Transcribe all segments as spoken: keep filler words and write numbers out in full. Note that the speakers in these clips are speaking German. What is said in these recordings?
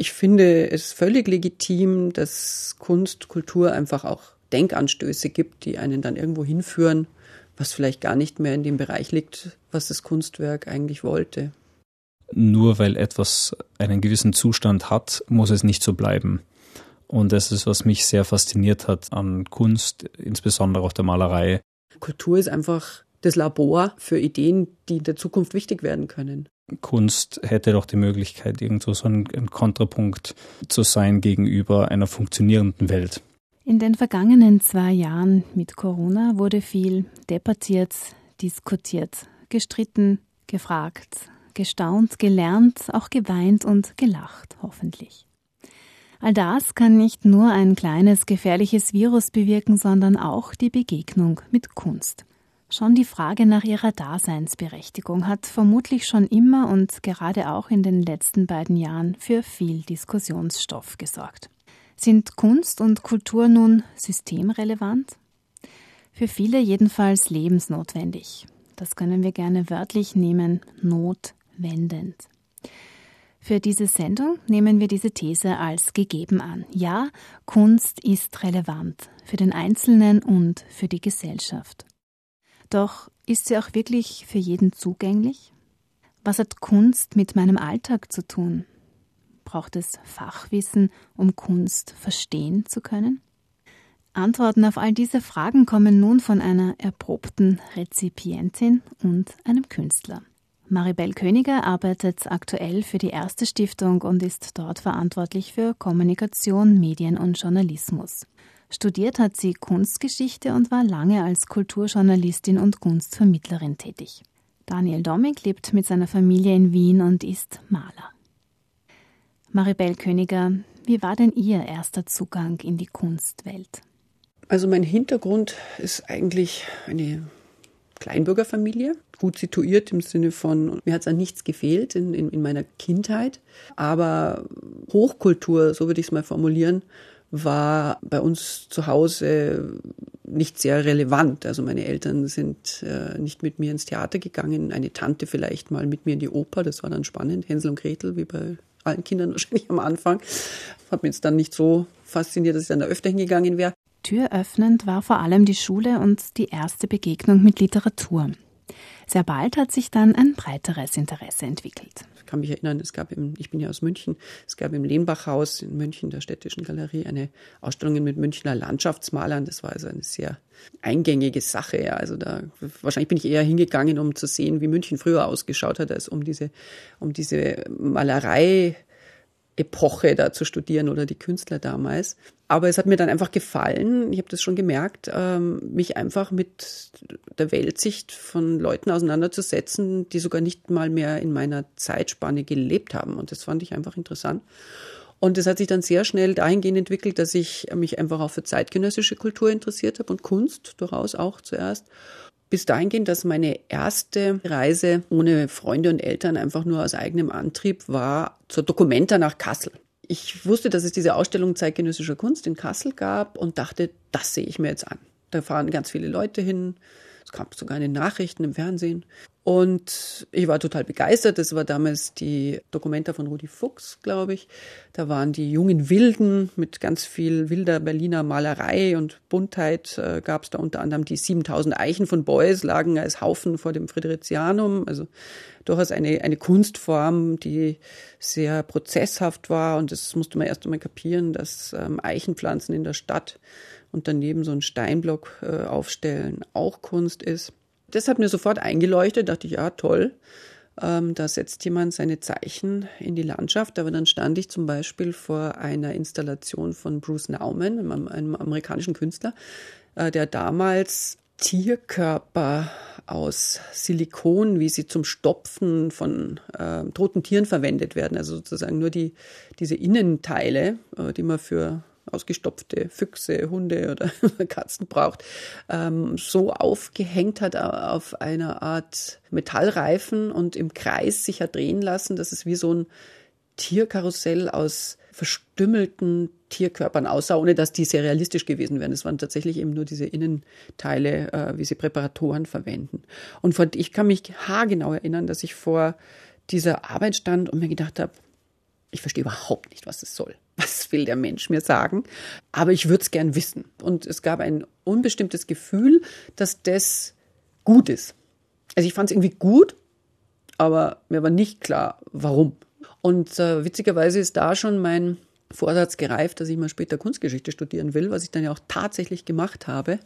ich finde es völlig legitim, dass Kunst, Kultur einfach auch Denkanstöße gibt, die einen dann irgendwo hinführen, was vielleicht gar nicht mehr in dem Bereich liegt, was das Kunstwerk eigentlich wollte. Nur weil etwas einen gewissen Zustand hat, muss es nicht so bleiben. Und das ist, was mich sehr fasziniert hat an Kunst, insbesondere auch der Malerei. Kultur ist einfach das Labor für Ideen, die in der Zukunft wichtig werden können. Kunst hätte doch die Möglichkeit, irgendwo so ein, ein Kontrapunkt zu sein gegenüber einer funktionierenden Welt. In den vergangenen zwei Jahren mit Corona wurde viel debattiert, diskutiert, gestritten, gefragt, gestaunt, gelernt, auch geweint und gelacht, hoffentlich. All das kann nicht nur ein kleines, gefährliches Virus bewirken, sondern auch die Begegnung mit Kunst. Schon die Frage nach ihrer Daseinsberechtigung hat vermutlich schon immer und gerade auch in den letzten beiden Jahren für viel Diskussionsstoff gesorgt. Sind Kunst und Kultur nun systemrelevant? Für viele jedenfalls lebensnotwendig. Das können wir gerne wörtlich nehmen, notwendend. Für diese Sendung nehmen wir diese These als gegeben an. Ja, Kunst ist relevant für den Einzelnen und für die Gesellschaft. Doch ist sie auch wirklich für jeden zugänglich? Was hat Kunst mit meinem Alltag zu tun? Braucht es Fachwissen, um Kunst verstehen zu können? Antworten auf all diese Fragen kommen nun von einer erprobten Rezipientin und einem Künstler. Maribel Königer arbeitet aktuell für die Erste Stiftung und ist dort verantwortlich für Kommunikation, Medien und Journalismus. Studiert hat sie Kunstgeschichte und war lange als Kulturjournalistin und Kunstvermittlerin tätig. Daniel Dommig lebt mit seiner Familie in Wien und ist Maler. Maribel Königer, wie war denn Ihr erster Zugang in die Kunstwelt? Also mein Hintergrund ist eigentlich eine Kleinbürgerfamilie, gut situiert im Sinne von, mir hat es an nichts gefehlt in, in, in meiner Kindheit, aber Hochkultur, so würde ich es mal formulieren, war bei uns zu Hause nicht sehr relevant. Also meine Eltern sind äh, nicht mit mir ins Theater gegangen, eine Tante vielleicht mal mit mir in die Oper, das war dann spannend, Hänsel und Gretel, wie bei allen Kindern wahrscheinlich am Anfang. Hat mich jetzt dann nicht so fasziniert, dass ich dann da öfter hingegangen wäre. Türöffnend war vor allem die Schule und die erste Begegnung mit Literatur. Sehr bald hat sich dann ein breiteres Interesse entwickelt. Ich kann mich erinnern, es gab im, ich bin ja aus München, es gab im Lehnbachhaus in München, der Städtischen Galerie, eine Ausstellung mit Münchner Landschaftsmalern. Das war also eine sehr eingängige Sache. Ja. Also da, wahrscheinlich bin ich eher hingegangen, um zu sehen, wie München früher ausgeschaut hat, als um diese, um diese Malerei Epoche da zu studieren oder die Künstler damals. Aber es hat mir dann einfach gefallen, ich habe das schon gemerkt, ähm, mich einfach mit der Weltsicht von Leuten auseinanderzusetzen, die sogar nicht mal mehr in meiner Zeitspanne gelebt haben. Und das fand ich einfach interessant. Und das hat sich dann sehr schnell dahingehend entwickelt, dass ich mich einfach auch für zeitgenössische Kultur interessiert habe und Kunst durchaus auch zuerst. Bis dahingehend, dass meine erste Reise ohne Freunde und Eltern einfach nur aus eigenem Antrieb war zur Documenta nach Kassel. Ich wusste, dass es diese Ausstellung zeitgenössischer Kunst in Kassel gab und dachte, das sehe ich mir jetzt an. Da fahren ganz viele Leute hin. Es kam sogar in den Nachrichten im Fernsehen. Und ich war total begeistert. Das war damals die Documenta von Rudi Fuchs, glaube ich. Da waren die jungen Wilden mit ganz viel wilder Berliner Malerei und Buntheit. Äh, gab es da unter anderem die siebentausend Eichen von Beuys, lagen als Haufen vor dem Fridericianum. Also durchaus eine, eine Kunstform, die sehr prozesshaft war. Und das musste man erst einmal kapieren, dass ähm, Eichenpflanzen in der Stadt und daneben so einen Steinblock äh, aufstellen auch Kunst ist. Das hat mir sofort eingeleuchtet, dachte ich, ja, toll, ähm, da setzt jemand seine Zeichen in die Landschaft. Aber dann stand ich zum Beispiel vor einer Installation von Bruce Nauman, einem, einem amerikanischen Künstler, äh, der damals Tierkörper aus Silikon, wie sie zum Stopfen von äh, toten Tieren verwendet werden, also sozusagen nur die diese Innenteile, äh, die man für ausgestopfte Füchse, Hunde oder Katzen braucht, ähm, so aufgehängt hat auf einer Art Metallreifen und im Kreis sich hat drehen lassen, dass es wie so ein Tierkarussell aus verstümmelten Tierkörpern aussah, ohne dass die sehr realistisch gewesen wären. Es waren tatsächlich eben nur diese Innenteile, äh, wie sie Präparatoren verwenden. Und von, ich kann mich haargenau erinnern, dass ich vor dieser Arbeit stand und mir gedacht habe, Ich verstehe überhaupt nicht, was es soll. Was will der Mensch mir sagen? Aber ich würde es gern wissen. Und es gab ein unbestimmtes Gefühl, dass das gut ist. Also ich fand es irgendwie gut, aber mir war nicht klar, warum. Und äh, witzigerweise ist da schon mein Vorsatz gereift, dass ich mal später Kunstgeschichte studieren will, was ich dann ja auch tatsächlich gemacht habe.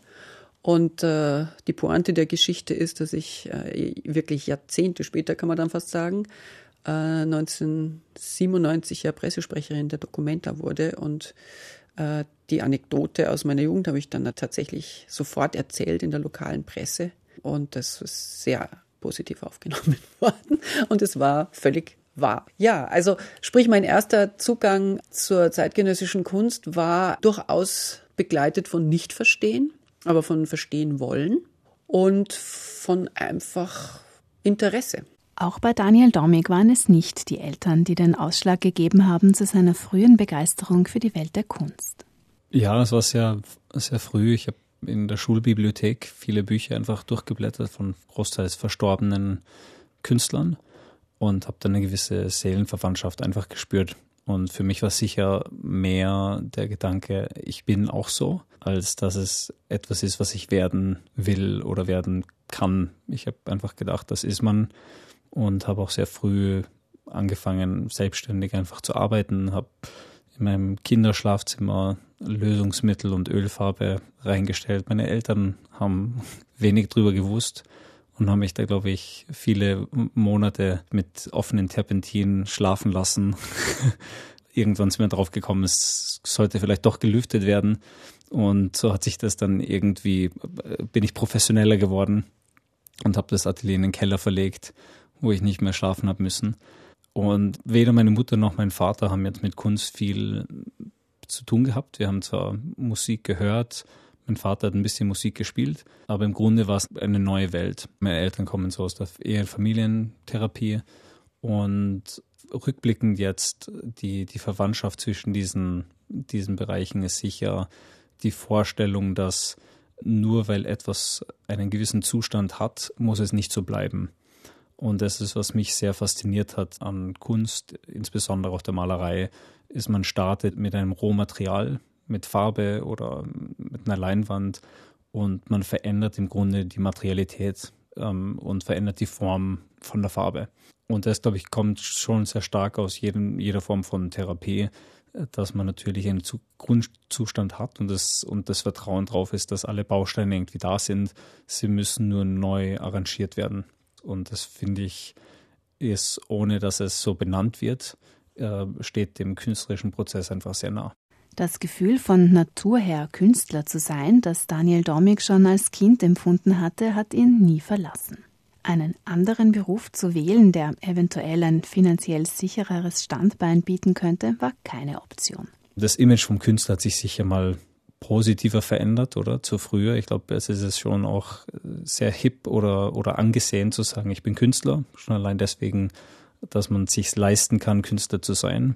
Und äh, die Pointe der Geschichte ist, dass ich äh, wirklich Jahrzehnte später, kann man dann fast sagen, äh, neunzehnhundertsiebenundneunzig ja Pressesprecherin der Documenta wurde. Und äh, die Anekdote aus meiner Jugend habe ich dann tatsächlich sofort erzählt in der lokalen Presse. Und das ist sehr positiv aufgenommen worden. Und es war völlig wahr. Ja, also sprich, mein erster Zugang zur zeitgenössischen Kunst war durchaus begleitet von Nichtverstehen, aber von Verstehen wollen und von einfach Interesse. Auch bei Daniel Domig waren es nicht die Eltern, die den Ausschlag gegeben haben zu seiner frühen Begeisterung für die Welt der Kunst. Ja, das war sehr, sehr früh. Ich habe in der Schulbibliothek viele Bücher einfach durchgeblättert von großteils verstorbenen Künstlern und habe dann eine gewisse Seelenverwandtschaft einfach gespürt. Und für mich war sicher mehr der Gedanke, ich bin auch so, als dass es etwas ist, was ich werden will oder werden kann. Ich habe einfach gedacht, das ist man, und habe auch sehr früh angefangen, selbstständig einfach zu arbeiten, habe in meinem Kinderschlafzimmer Lösungsmittel und Ölfarbe reingestellt. Meine Eltern haben wenig drüber gewusst und haben mich da, glaube ich, viele Monate mit offenen Terpentinen schlafen lassen. Irgendwann sind wir drauf gekommen, es sollte vielleicht doch gelüftet werden. Und so hat sich das dann irgendwie, bin ich professioneller geworden und habe das Atelier in den Keller verlegt, wo ich nicht mehr schlafen habe müssen. Und weder meine Mutter noch mein Vater haben jetzt mit Kunst viel zu tun gehabt. Wir haben zwar Musik gehört, mein Vater hat ein bisschen Musik gespielt, aber im Grunde war es eine neue Welt. Meine Eltern kommen so aus der Ehe- und Familientherapie und rückblickend jetzt die, die Verwandtschaft zwischen diesen, diesen Bereichen ist sicher die Vorstellung, dass nur weil etwas einen gewissen Zustand hat, muss es nicht so bleiben. Und das ist, was mich sehr fasziniert hat an Kunst, insbesondere auch der Malerei, ist, man startet mit einem Rohmaterial, mit Farbe oder mit einer Leinwand und man verändert im Grunde die Materialität ähm, und verändert die Form von der Farbe. Und das, glaube ich, kommt schon sehr stark aus jedem, jeder Form von Therapie, dass man natürlich einen Grundzustand hat und das, und das Vertrauen drauf ist, dass alle Bausteine irgendwie da sind. Sie müssen nur neu arrangiert werden. Und das, finde ich, ist, ohne dass es so benannt wird, äh, steht dem künstlerischen Prozess einfach sehr nah. Das Gefühl, von Natur her Künstler zu sein, das Daniel Domig schon als Kind empfunden hatte, hat ihn nie verlassen. Einen anderen Beruf zu wählen, der eventuell ein finanziell sichereres Standbein bieten könnte, war keine Option. Das Image vom Künstler hat sich sicher mal positiver verändert, oder? Zu früher. Ich glaube, es ist es schon auch sehr hip oder, oder angesehen zu sagen, ich bin Künstler. Schon allein deswegen, dass man es sich leisten kann, Künstler zu sein.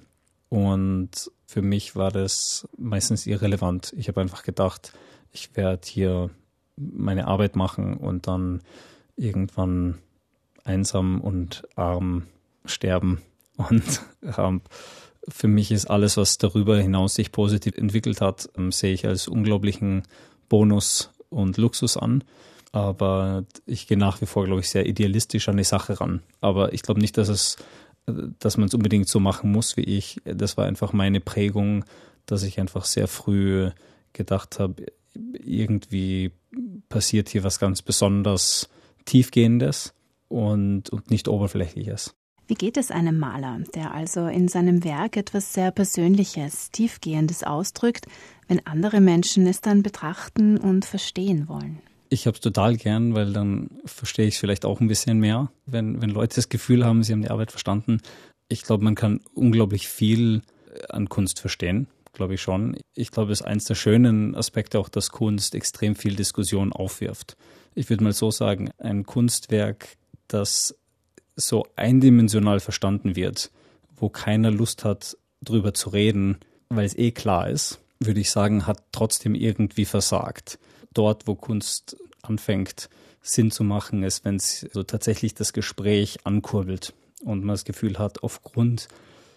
Und für mich war das meistens irrelevant. Ich habe einfach gedacht, ich werde hier meine Arbeit machen und dann irgendwann einsam und arm sterben. Und ähm, für mich ist alles, was darüber hinaus sich positiv entwickelt hat, ähm, sehe ich als unglaublichen Bonus und Luxus an. Aber ich gehe nach wie vor, glaube ich, sehr idealistisch an die Sache ran. Aber ich glaube nicht, dass es, dass man es unbedingt so machen muss wie ich. Das war einfach meine Prägung, dass ich einfach sehr früh gedacht habe, irgendwie passiert hier was ganz besonders Tiefgehendes und, und nicht Oberflächliches. Wie geht es einem Maler, der also in seinem Werk etwas sehr Persönliches, Tiefgehendes ausdrückt, wenn andere Menschen es dann betrachten und verstehen wollen? Ich habe es total gern, weil dann verstehe ich es vielleicht auch ein bisschen mehr, wenn, wenn Leute das Gefühl haben, sie haben die Arbeit verstanden. Ich glaube, man kann unglaublich viel an Kunst verstehen, glaube ich schon. Ich glaube, es ist eins der schönen Aspekte auch, dass Kunst extrem viel Diskussion aufwirft. Ich würde mal so sagen, ein Kunstwerk, das so eindimensional verstanden wird, wo keiner Lust hat, drüber zu reden, weil es eh klar ist, würde ich sagen, hat trotzdem irgendwie versagt. Dort, wo Kunst anfängt, Sinn zu machen, ist, wenn es so tatsächlich das Gespräch ankurbelt und man das Gefühl hat, aufgrund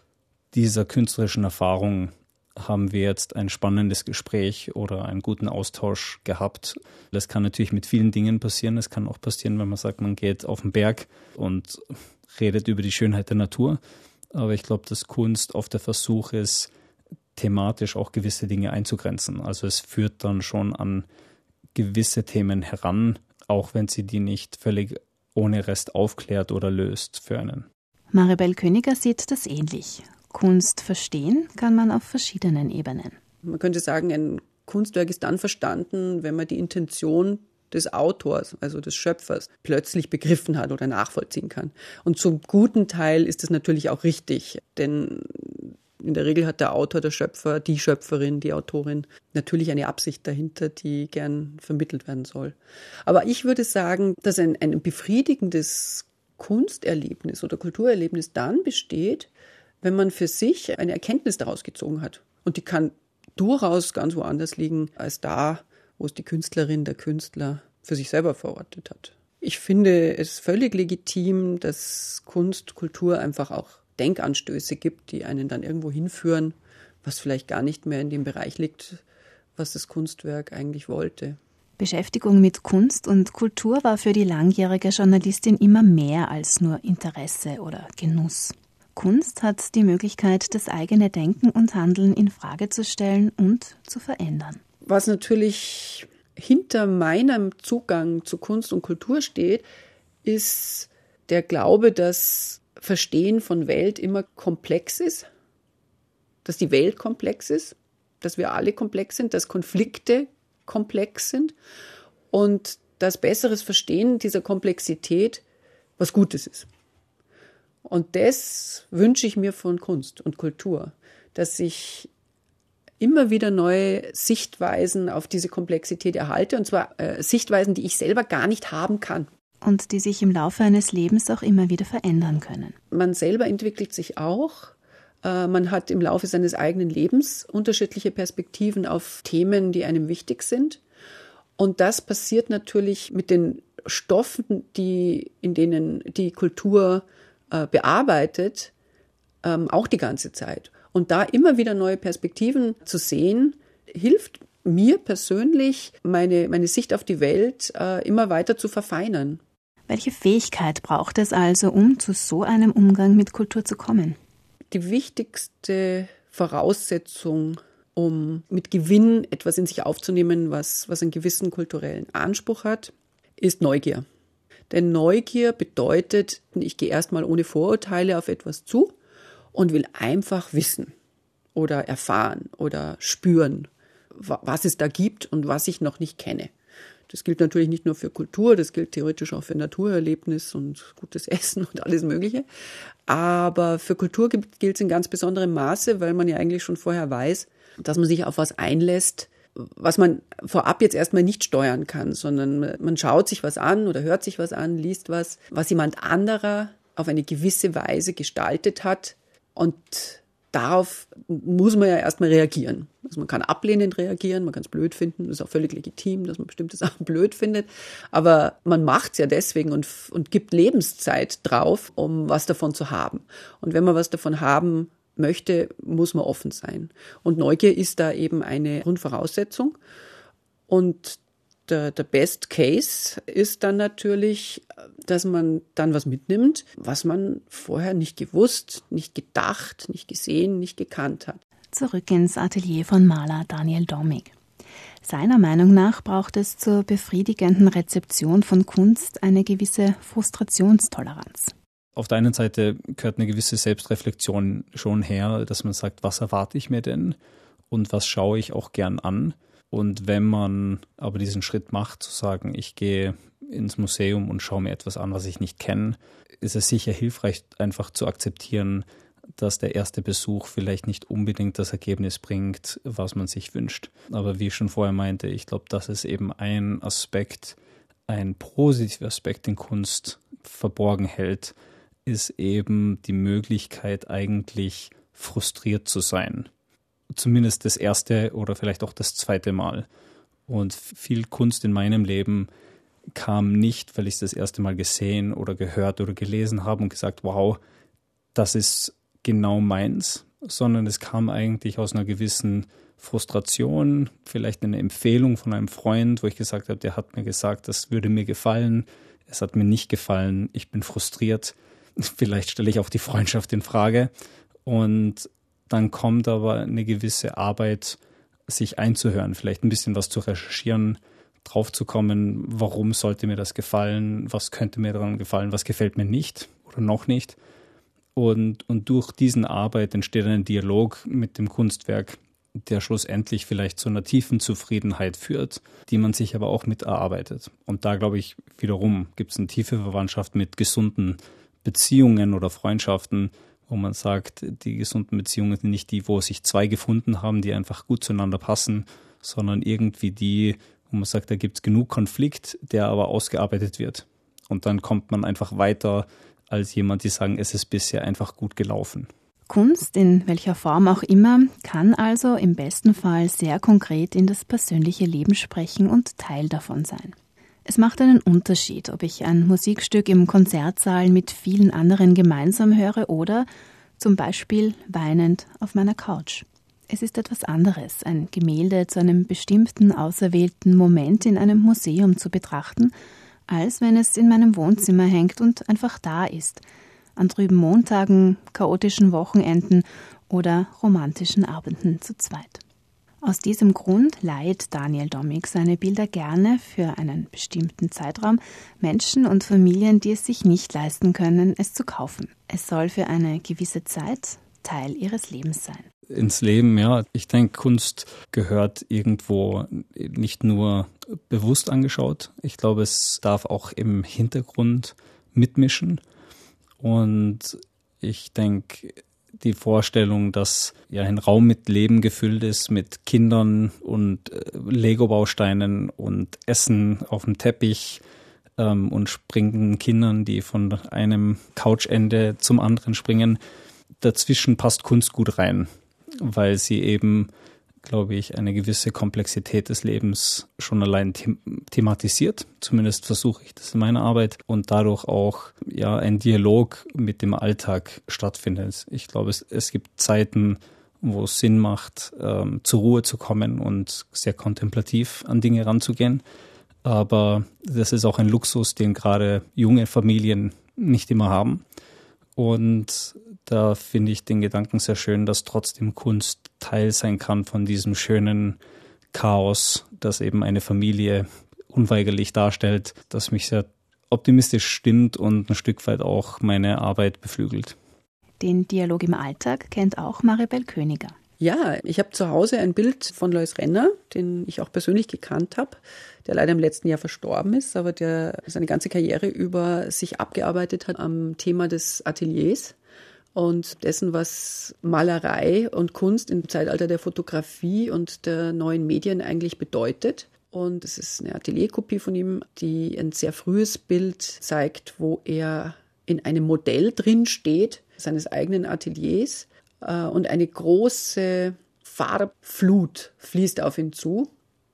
dieser künstlerischen Erfahrung haben wir jetzt ein spannendes Gespräch oder einen guten Austausch gehabt. Das kann natürlich mit vielen Dingen passieren. Es kann auch passieren, wenn man sagt, man geht auf den Berg und redet über die Schönheit der Natur. Aber ich glaube, dass Kunst oft der Versuch ist, thematisch auch gewisse Dinge einzugrenzen. Also es führt dann schon an gewisse Themen heran, auch wenn sie die nicht völlig ohne Rest aufklärt oder löst für einen. Maribel Königer sieht das ähnlich. Kunst verstehen kann man auf verschiedenen Ebenen. Man könnte sagen, ein Kunstwerk ist dann verstanden, wenn man die Intention des Autors, also des Schöpfers, plötzlich begriffen hat oder nachvollziehen kann. Und zum guten Teil ist es natürlich auch richtig, denn in der Regel hat der Autor, der Schöpfer, die Schöpferin, die Autorin natürlich eine Absicht dahinter, die gern vermittelt werden soll. Aber ich würde sagen, dass ein, ein befriedigendes Kunsterlebnis oder Kulturerlebnis dann besteht, wenn man für sich eine Erkenntnis daraus gezogen hat. Und die kann durchaus ganz woanders liegen als da, wo es die Künstlerin, der Künstler für sich selber verortet hat. Ich finde es völlig legitim, dass Kunst, Kultur einfach auch Denkanstöße gibt, die einen dann irgendwo hinführen, was vielleicht gar nicht mehr in dem Bereich liegt, was das Kunstwerk eigentlich wollte. Beschäftigung mit Kunst und Kultur war für die langjährige Journalistin immer mehr als nur Interesse oder Genuss. Kunst hat die Möglichkeit, das eigene Denken und Handeln in Frage zu stellen und zu verändern. Was natürlich hinter meinem Zugang zu Kunst und Kultur steht, ist der Glaube, dass Verstehen von Welt immer komplex ist, dass die Welt komplex ist, dass wir alle komplex sind, dass Konflikte komplex sind und dass besseres Verstehen dieser Komplexität was Gutes ist. Und das wünsche ich mir von Kunst und Kultur, dass ich immer wieder neue Sichtweisen auf diese Komplexität erhalte, und zwar äh, Sichtweisen, die ich selber gar nicht haben kann. Und die sich im Laufe eines Lebens auch immer wieder verändern können. Man selber entwickelt sich auch. Äh, man hat im Laufe seines eigenen Lebens unterschiedliche Perspektiven auf Themen, die einem wichtig sind. Und das passiert natürlich mit den Stoffen, die, in denen die Kultur äh, bearbeitet, ähm, auch die ganze Zeit. Und da immer wieder neue Perspektiven zu sehen, hilft mir persönlich, meine, meine Sicht auf die Welt äh, immer weiter zu verfeinern. Welche Fähigkeit braucht es also, um zu so einem Umgang mit Kultur zu kommen? Die wichtigste Voraussetzung, um mit Gewinn etwas in sich aufzunehmen, was, was einen gewissen kulturellen Anspruch hat, ist Neugier. Denn Neugier bedeutet, ich gehe erstmal ohne Vorurteile auf etwas zu und will einfach wissen oder erfahren oder spüren, was es da gibt und was ich noch nicht kenne. Das gilt natürlich nicht nur für Kultur, das gilt theoretisch auch für Naturerlebnis und gutes Essen und alles Mögliche. Aber für Kultur gilt es in ganz besonderem Maße, weil man ja eigentlich schon vorher weiß, dass man sich auf was einlässt, was man vorab jetzt erstmal nicht steuern kann, sondern man schaut sich was an oder hört sich was an, liest was, was jemand anderer auf eine gewisse Weise gestaltet hat, und darauf muss man ja erstmal reagieren. Also man kann ablehnend reagieren, man kann es blöd finden, das ist auch völlig legitim, dass man bestimmte Sachen blöd findet, aber man macht es ja deswegen und, und gibt Lebenszeit drauf, um was davon zu haben. Und wenn man was davon haben möchte, muss man offen sein. Und Neugier ist da eben eine Grundvoraussetzung. Und der, der Best Case ist dann natürlich, dass man dann was mitnimmt, was man vorher nicht gewusst, nicht gedacht, nicht gesehen, nicht gekannt hat. Zurück ins Atelier von Maler Daniel Domig. Seiner Meinung nach braucht es zur befriedigenden Rezeption von Kunst eine gewisse Frustrationstoleranz. Auf der einen Seite gehört eine gewisse Selbstreflexion schon her, dass man sagt, was erwarte ich mir denn und was schaue ich auch gern an. Und wenn man aber diesen Schritt macht, zu sagen, ich gehe ins Museum und schaue mir etwas an, was ich nicht kenne, ist es sicher hilfreich, einfach zu akzeptieren, dass der erste Besuch vielleicht nicht unbedingt das Ergebnis bringt, was man sich wünscht. Aber wie ich schon vorher meinte, ich glaube, das ist eben ein Aspekt, ein positiver Aspekt in Kunst verborgen hält, ist eben die Möglichkeit, eigentlich frustriert zu sein. Zumindest das erste oder vielleicht auch das zweite Mal. Und viel Kunst in meinem Leben kam nicht, weil ich es das erste Mal gesehen oder gehört oder gelesen habe und gesagt, wow, das ist genau meins, sondern es kam eigentlich aus einer gewissen Frustration, vielleicht eine Empfehlung von einem Freund, wo ich gesagt habe, der hat mir gesagt, das würde mir gefallen. Es hat mir nicht gefallen. Ich bin frustriert. Vielleicht stelle ich auch die Freundschaft in Frage. Und dann kommt aber eine gewisse Arbeit, sich einzuhören, vielleicht ein bisschen was zu recherchieren, drauf zu kommen, warum sollte mir das gefallen, was könnte mir daran gefallen, was gefällt mir nicht oder noch nicht. Und, und durch diesen Arbeit entsteht ein Dialog mit dem Kunstwerk, der schlussendlich vielleicht zu einer tiefen Zufriedenheit führt, die man sich aber auch mit erarbeitet. Und da, glaube ich, wiederum gibt es eine tiefe Verwandtschaft mit gesunden Beziehungen oder Freundschaften, wo man sagt, die gesunden Beziehungen sind nicht die, wo sich zwei gefunden haben, die einfach gut zueinander passen, sondern irgendwie die, wo man sagt, da gibt es genug Konflikt, der aber ausgearbeitet wird. Und dann kommt man einfach weiter als jemand, die sagen, es ist bisher einfach gut gelaufen. Kunst, in welcher Form auch immer, kann also im besten Fall sehr konkret in das persönliche Leben sprechen und Teil davon sein. Es macht einen Unterschied, ob ich ein Musikstück im Konzertsaal mit vielen anderen gemeinsam höre oder zum Beispiel weinend auf meiner Couch. Es ist etwas anderes, ein Gemälde zu einem bestimmten auserwählten Moment in einem Museum zu betrachten, als wenn es in meinem Wohnzimmer hängt und einfach da ist, an trüben Montagen, chaotischen Wochenenden oder romantischen Abenden zu zweit. Aus diesem Grund leiht Daniel Dommig seine Bilder gerne für einen bestimmten Zeitraum Menschen und Familien, die es sich nicht leisten können, es zu kaufen. Es soll für eine gewisse Zeit Teil ihres Lebens sein. Ins Leben, ja. Ich denke, Kunst gehört irgendwo nicht nur bewusst angeschaut. Ich glaube, es darf auch im Hintergrund mitmischen. Und ich denke, die Vorstellung, dass ja ein Raum mit Leben gefüllt ist, mit Kindern und äh, Lego-Bausteinen und Essen auf dem Teppich ähm, und springenden Kindern, die von einem Couchende zum anderen springen, dazwischen passt Kunst gut rein, weil sie eben, glaube ich, eine gewisse Komplexität des Lebens schon allein them- thematisiert. Zumindest versuche ich das in meiner Arbeit und dadurch auch ja ein Dialog mit dem Alltag stattfindet. Ich glaube, es, es gibt Zeiten, wo es Sinn macht, ähm, zur Ruhe zu kommen und sehr kontemplativ an Dinge ranzugehen. Aber das ist auch ein Luxus, den gerade junge Familien nicht immer haben. Und da finde ich den Gedanken sehr schön, dass trotzdem Kunst Teil sein kann von diesem schönen Chaos, das eben eine Familie unweigerlich darstellt, das mich sehr optimistisch stimmt und ein Stück weit auch meine Arbeit beflügelt. Den Dialog im Alltag kennt auch Maribel Königer. Ja, ich habe zu Hause ein Bild von Lois Renner, den ich auch persönlich gekannt habe, der leider im letzten Jahr verstorben ist, aber der seine ganze Karriere über sich abgearbeitet hat am Thema des Ateliers und dessen, was Malerei und Kunst im Zeitalter der Fotografie und der neuen Medien eigentlich bedeutet. Und es ist eine Atelierkopie von ihm, die ein sehr frühes Bild zeigt, wo er in einem Modell drin steht, seines eigenen Ateliers. Und eine große Farbflut fließt auf ihn zu.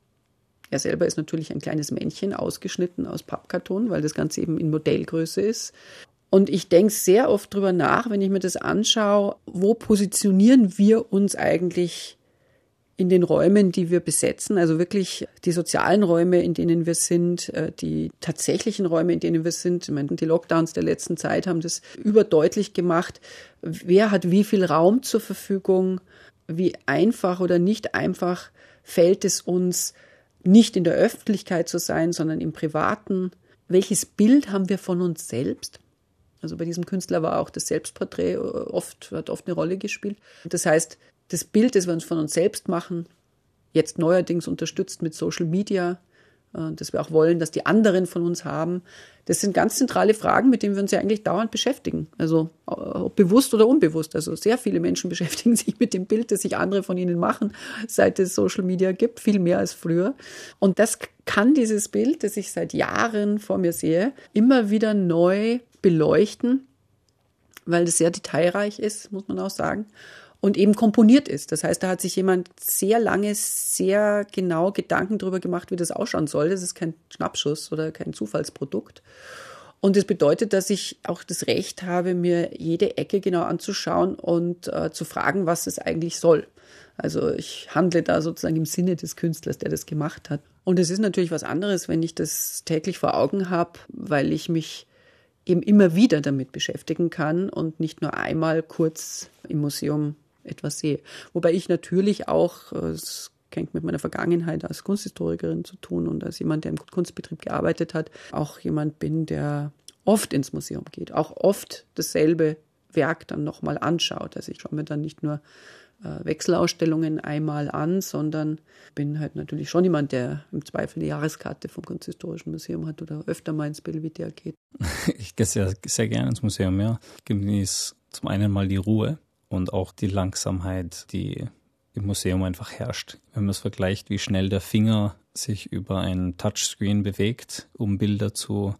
Er selber ist natürlich ein kleines Männchen, ausgeschnitten aus Pappkarton, weil das Ganze eben in Modellgröße ist. Und ich denke sehr oft drüber nach, wenn ich mir das anschaue, wo positionieren wir uns eigentlich in den Räumen, die wir besetzen, also wirklich die sozialen Räume, in denen wir sind, die tatsächlichen Räume, in denen wir sind. Ich meine, die Lockdowns der letzten Zeit haben das überdeutlich gemacht. Wer hat wie viel Raum zur Verfügung? Wie einfach oder nicht einfach fällt es uns, nicht in der Öffentlichkeit zu sein, sondern im Privaten? Welches Bild haben wir von uns selbst? Also bei diesem Künstler war auch das Selbstporträt oft, hat oft eine Rolle gespielt. Das heißt, das Bild, das wir uns von uns selbst machen, jetzt neuerdings unterstützt mit Social Media, dass wir auch wollen, dass die anderen von uns haben, das sind ganz zentrale Fragen, mit denen wir uns ja eigentlich dauernd beschäftigen. Also ob bewusst oder unbewusst. Also sehr viele Menschen beschäftigen sich mit dem Bild, das sich andere von ihnen machen, seit es Social Media gibt, viel mehr als früher. Und das kann dieses Bild, das ich seit Jahren vor mir sehe, immer wieder neu beleuchten, weil es sehr detailreich ist, muss man auch sagen. Und eben komponiert ist. Das heißt, da hat sich jemand sehr lange, sehr genau Gedanken darüber gemacht, wie das ausschauen soll. Das ist kein Schnappschuss oder kein Zufallsprodukt. Und das bedeutet, dass ich auch das Recht habe, mir jede Ecke genau anzuschauen und äh, zu fragen, was es eigentlich soll. Also ich handle da sozusagen im Sinne des Künstlers, der das gemacht hat. Und es ist natürlich was anderes, wenn ich das täglich vor Augen habe, weil ich mich eben immer wieder damit beschäftigen kann und nicht nur einmal kurz im Museum etwas sehe. Wobei ich natürlich auch, es hängt mit meiner Vergangenheit als Kunsthistorikerin zu tun und als jemand, der im Kunstbetrieb gearbeitet hat, auch jemand bin, der oft ins Museum geht, auch oft dasselbe Werk dann nochmal anschaut. Also ich schaue mir dann nicht nur äh, Wechselausstellungen einmal an, sondern bin halt natürlich schon jemand, der im Zweifel eine Jahreskarte vom Kunsthistorischen Museum hat oder öfter mal ins Belvedere geht. Ich gehe sehr, sehr gerne ins Museum, ja. Ich genieße zum einen mal die Ruhe und auch die Langsamkeit, die im Museum einfach herrscht. Wenn man es vergleicht, wie schnell der Finger sich über ein Touchscreen bewegt, um Bilder zu,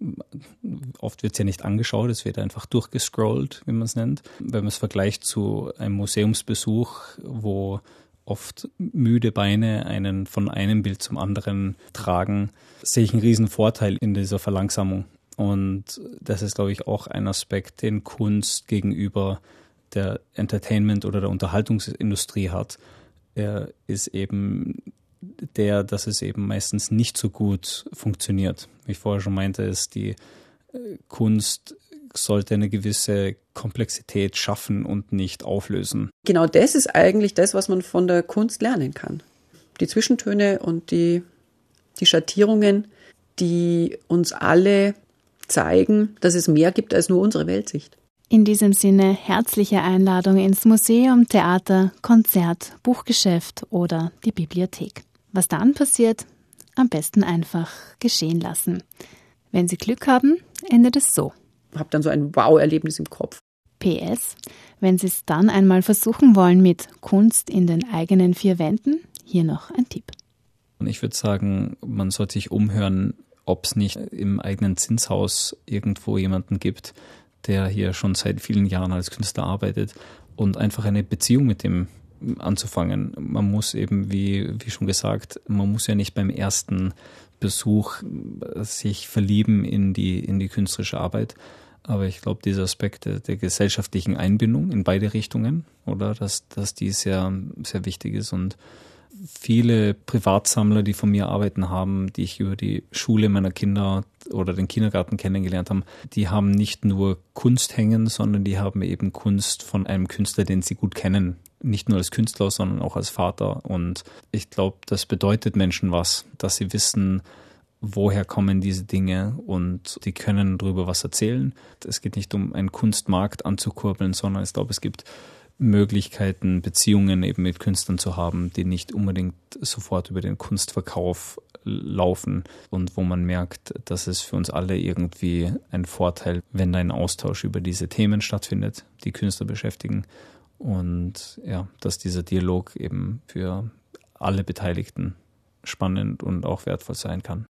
oft wird es ja nicht angeschaut, es wird einfach durchgescrollt, wie man es nennt. Wenn man es vergleicht zu einem Museumsbesuch, wo oft müde Beine einen von einem Bild zum anderen tragen, sehe ich einen riesen Vorteil in dieser Verlangsamung. Und das ist, glaube ich, auch ein Aspekt, den Kunst gegenüber der Entertainment- oder der Unterhaltungsindustrie hat. Er ist eben der, dass es eben meistens nicht so gut funktioniert. Wie ich vorher schon meinte, ist die Kunst sollte eine gewisse Komplexität schaffen und nicht auflösen. Genau das ist eigentlich das, was man von der Kunst lernen kann. Die Zwischentöne und die, die Schattierungen, die uns alle zeigen, dass es mehr gibt als nur unsere Weltsicht. In diesem Sinne herzliche Einladung ins Museum, Theater, Konzert, Buchgeschäft oder die Bibliothek. Was dann passiert, am besten einfach geschehen lassen. Wenn Sie Glück haben, endet es so. Ich habe dann so ein Wow-Erlebnis im Kopf. P S. Wenn Sie es dann einmal versuchen wollen mit Kunst in den eigenen vier Wänden, hier noch ein Tipp. Und ich würde sagen, man sollte sich umhören, ob es nicht im eigenen Zinshaus irgendwo jemanden gibt, der hier schon seit vielen Jahren als Künstler arbeitet und einfach eine Beziehung mit dem anzufangen. Man muss eben, wie, wie schon gesagt, man muss ja nicht beim ersten Besuch sich verlieben in die, in die künstlerische Arbeit. Aber ich glaube, dieser Aspekt der, der gesellschaftlichen Einbindung in beide Richtungen, oder, dass, dass die sehr, sehr wichtig ist. Und viele Privatsammler, die von mir arbeiten haben, die ich über die Schule meiner Kinder oder den Kindergarten kennengelernt habe, die haben nicht nur Kunst hängen, sondern die haben eben Kunst von einem Künstler, den sie gut kennen. Nicht nur als Künstler, sondern auch als Vater. Und ich glaube, das bedeutet Menschen was, dass sie wissen, woher kommen diese Dinge und die können darüber was erzählen. Es geht nicht um einen Kunstmarkt anzukurbeln, sondern ich glaube, es gibt Möglichkeiten, Beziehungen eben mit Künstlern zu haben, die nicht unbedingt sofort über den Kunstverkauf laufen und wo man merkt, dass es für uns alle irgendwie ein Vorteil, wenn da ein Austausch über diese Themen stattfindet, die Künstler beschäftigen und ja, dass dieser Dialog eben für alle Beteiligten spannend und auch wertvoll sein kann.